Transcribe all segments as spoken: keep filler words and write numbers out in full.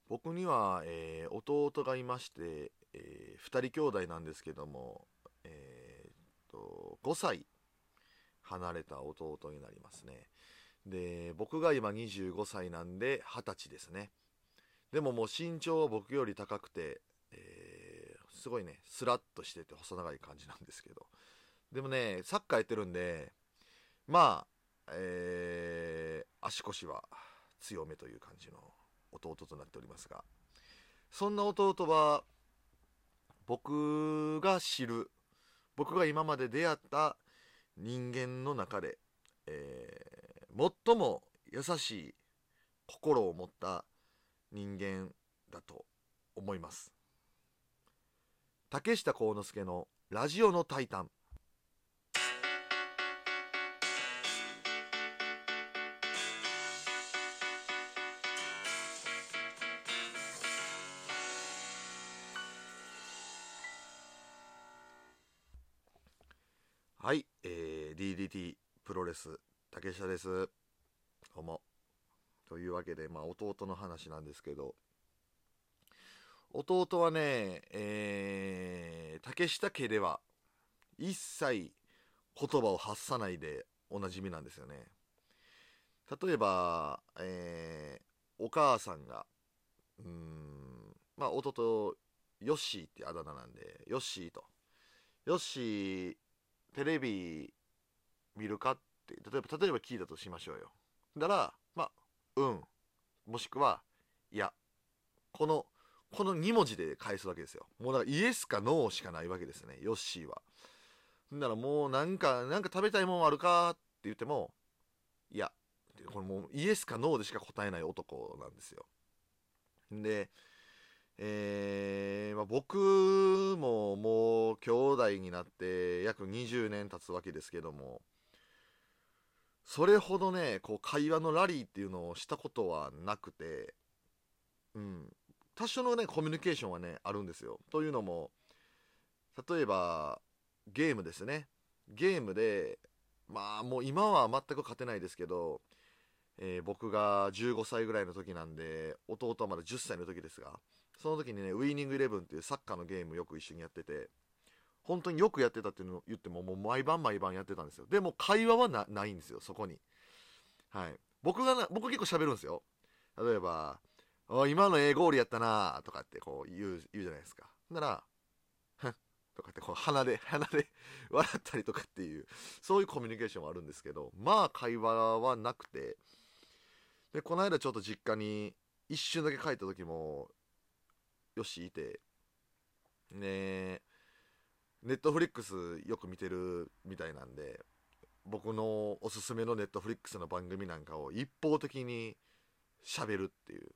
僕には、えー弟がいまして、えー、ふたり兄弟なんですけども、えーっとごさい離れた弟になりますね。で、僕が今にじゅうごさいなんではたちですね。でももう身長は僕より高くて、えーすごいね、スラッとしてて細長い感じなんですけど、でもね、サッカーやってるんで、まあ、えー足腰は強めという感じの弟となっておりますが、そんな弟は僕が知る、僕が今まで出会った人間の中で、えー最も優しい心を持った人間だと思います。竹下幸之助のラジオのタイタン。はい、えー、ディーディーティー プロレス竹下です。どうも。というわけで、まあ、弟の話なんですけど、弟はね、えー、竹下家では一切言葉を発さないでおなじみなんですよね。例えば、えーお母さんが、うーん、まあ、弟、ヨッシーってあだ名なんで、ヨッシーと、ヨッシー、テレビ見るかって、例えば、例えば聞いたとしましょうよ。だから、まあ、うん、もしくは、いや、この、このに文字で返すわけですよ。もうだからイエスかノーしかないわけですね、ヨッシーは。だからもうなんか、なんか食べたいもんあるかって言っても、いや、これもうイエスかノーでしか答えない男なんですよ。で、えーまあ、僕ももう兄弟になって約にじゅうねん経つわけですけども、それほどね、こう会話のラリーっていうのをしたことはなくて、うん、多少のね、コミュニケーションはね、あるんですよ。というのも、例えば、ゲームですね。ゲームで、まあもう今は全く勝てないですけど、えー僕がじゅうごさいぐらいの時なんで、弟はまだじゅっさいの時ですが、その時にね、ウイニングイレブンっていうサッカーのゲームよく一緒にやってて、本当によくやってたっていうのを言っても、もう毎晩毎晩やってたんですよ。でも会話はなないんですよ、そこに。はい。僕がな、僕結構喋るんですよ。例えば、お今の英ゴールやったなとかってこう言う、言うじゃないですか。なら、ふんとかってこう鼻で、鼻で笑ったりとかっていう、そういうコミュニケーションはあるんですけど、まあ会話はなくて、で、この間ちょっと実家に一瞬だけ帰った時も、よしいて、ね、ネットフリックスよく見てるみたいなんで、僕のおすすめのネットフリックスの番組なんかを一方的に喋るっていう。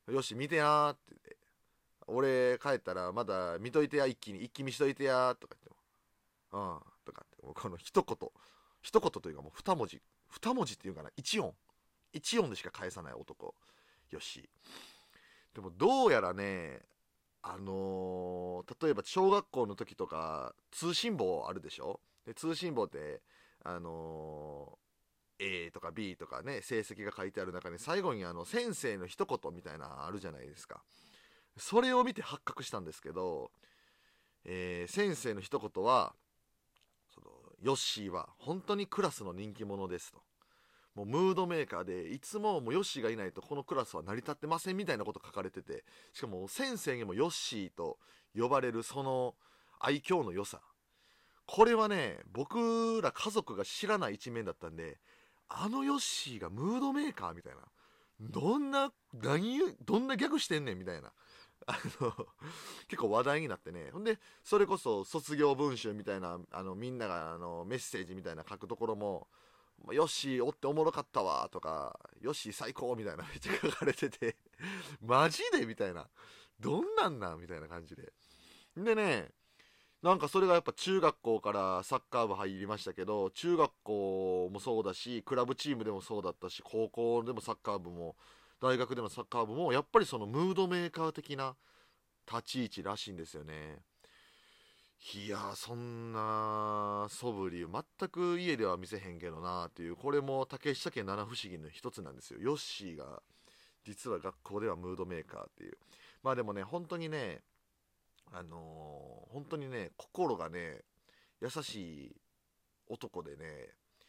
よし、見てやーって言って。俺帰ったらまだ見といてや、一気に、一気見しといてやーとか言っても。うん、とかって、もうこの一言、一言というかもう二文字、二文字っていうかな、一音。一音でしか返さない男。よし。でもどうやらね、あのー例えば小学校の時とか通信簿あるでしょ。で通信簿ってあのー A とか ビー とかね成績が書いてある中に最後にあの先生の一言みたいなのあるじゃないですか。それを見て発覚したんですけど、えー先生の一言はそのヨッシーは本当にクラスの人気者ですと、もうムードメーカーでいつももうヨッシーがいないとこのクラスは成り立ってませんみたいなこと書かれてて、しかも先生にもヨッシーと呼ばれるその愛嬌の良さ、これはね僕ら家族が知らない一面だったんで、あのヨッシーがムードメーカーみたいな、どんな何どんなギャグしてんねんみたいな、あの結構話題になってね。ほんでそれこそ卒業文集みたいな、あのみんながあのメッセージみたいな書くところも、ヨッシーおっておもろかったわとか、ヨッシー最高みたいなめっちゃ書かれててマジでみたいな、どんなんなんみたいな感じで。でね、なんかそれがやっぱ中学校からサッカー部入りましたけど、中学校もそうだし、クラブチームでもそうだったし、高校でもサッカー部も、大学でのサッカー部も、やっぱりそのムードメーカー的な立ち位置らしいんですよね。いやー、そんな素振り全く家では見せへんけどなーっていう、これも竹下家七不思議の一つなんですよ。ヨッシーが実は学校ではムードメーカーっていう。まあでもね、本当にね、あのー本当にね、心がね、優しい男でね、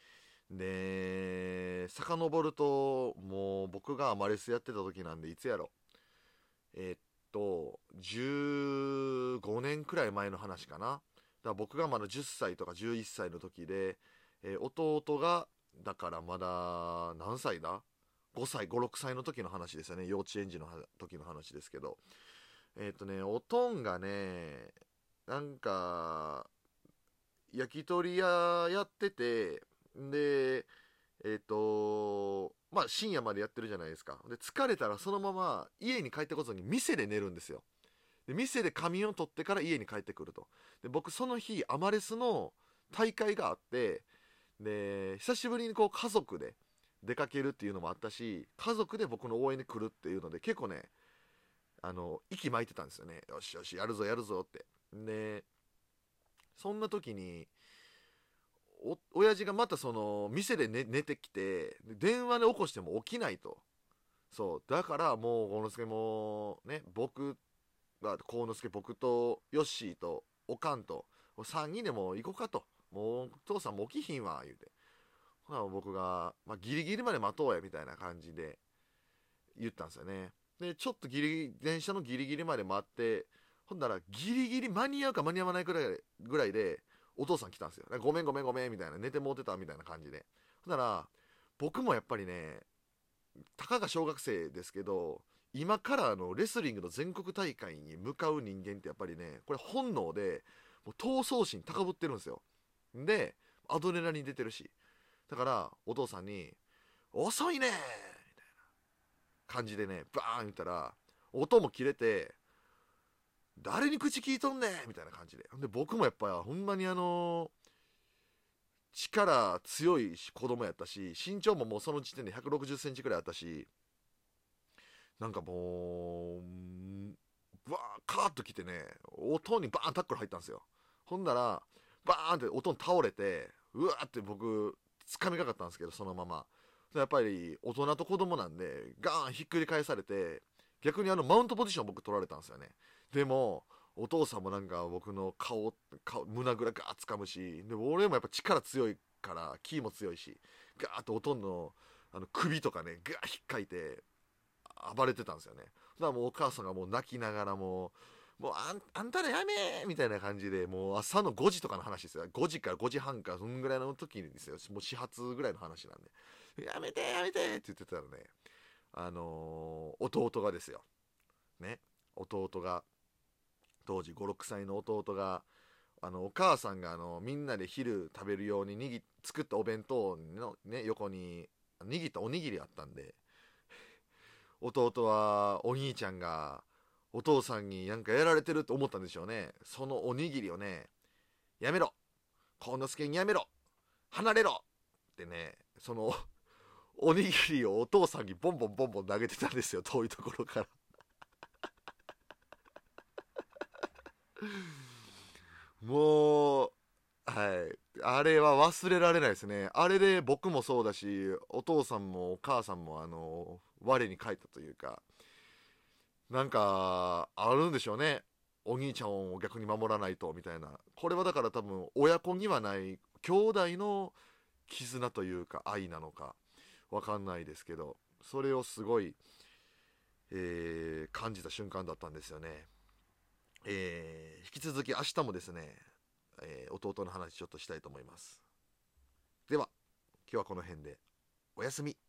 で、遡ると、もう僕がアマレスやってた時なんで、いつやろ。えーっと、じゅうごねんくらい前の話かな。だから僕がまだじゅっさいとかじゅういっさいの時で、えー弟が、だからまだ、何歳だ ?ご 歳、ご、ろくさいの時の話ですよね。幼稚園児の時の話ですけど。えーっとね、おとんがね、なんか、焼き鳥屋やってて、で、えっ、とまあ深夜までやってるじゃないですか。で、疲れたらそのまま家に帰ってこずに店で寝るんですよ。で、店で仮眠を取ってから家に帰ってくると。で、僕その日、アマレスの大会があって、で、久しぶりにこう家族で出かけるっていうのもあったし、家族で僕の応援に来るっていうので、結構ね、あの、息巻いてたんですよね。よしよし、やるぞやるぞって。で、そんな時に、お親父がまたその店で寝寝てきて電話で起こしても起きないと。そうだからもう幸之助もね、僕が幸之助、僕とヨッシーとおかんとさんにんでもう行こうかと、もう父さんも起きひんわ言うて、ほな僕が、まあ、ギリギリまで待とうやみたいな感じで言ったんですよね。でちょっとギリ電車のギリギリまで待って、ほんならギリギリ間に合うか間に合わないくらいぐらいでお父さん来たんですよ。ごめんごめんごめんみたいな、寝てもうてたみたいな感じで。ほんなら僕もやっぱりね、たかが小学生ですけど、今からあのレスリングの全国大会に向かう人間ってやっぱりね、これ本能でもう闘争心高ぶってるんですよ。でアドレナリン出てるし、だからお父さんに「遅いね」みたいな感じでねバーン言ったら、音も切れて「誰に口聞いとんねん」みたいな感じで。で僕もやっぱほんまにあの力強い子供やったし、身長ももうその時点でひゃくろくじゅっセンチくらいあったし、なんかもうバーカーッと来てね、音にバーンタックル入ったんですよ。ほんならバーンって音に倒れて、うわーって僕掴みかかったんですけど、そのままやっぱり大人と子供なんでガーンひっくり返されて、逆にあのマウントポジション僕取られたんですよね。でもお父さんもなんか僕の顔顔胸ぐらガーッ掴むし、で俺もやっぱ力強いからキーも強いし、ガーッとおとんのあの首とかねガーッひっかいて暴れてたんですよね。だからもうお母さんがもう泣きながらもうもうあんあんたらやめみたいな感じで、もう朝のごじとかの話ですよ。ごじからごじはんかそんぐらいの時にですよ、もう始発ぐらいの話なんで、やめてやめてって言ってたらね、あのー弟がですよね、弟が当時ごろくさいの弟が、あのお母さんがあのみんなで昼食べるように握作ったお弁当の、ね、横に握ったおにぎりあったんで、弟はお兄ちゃんがお父さんになんかやられてると思ったんでしょうね。そのおにぎりをね、やめろ、幸之助にやめろ、離れろってね、そのおにぎりをお父さんにボンボンボンボン投げてたんですよ、遠いところからもう、はい。あれは忘れられないですね。あれで僕もそうだし、お父さんもお母さんも、あの、我に返ったというか、なんか、あるんでしょうね。お兄ちゃんを逆に守らないと、みたいな。これはだから多分、親子にはない、兄弟の絆というか、愛なのか、わかんないですけど、それをすごい、えー感じた瞬間だったんですよね。えー引き続き明日もですね、えー弟の話ちょっとしたいと思います。では今日はこの辺でおやすみ。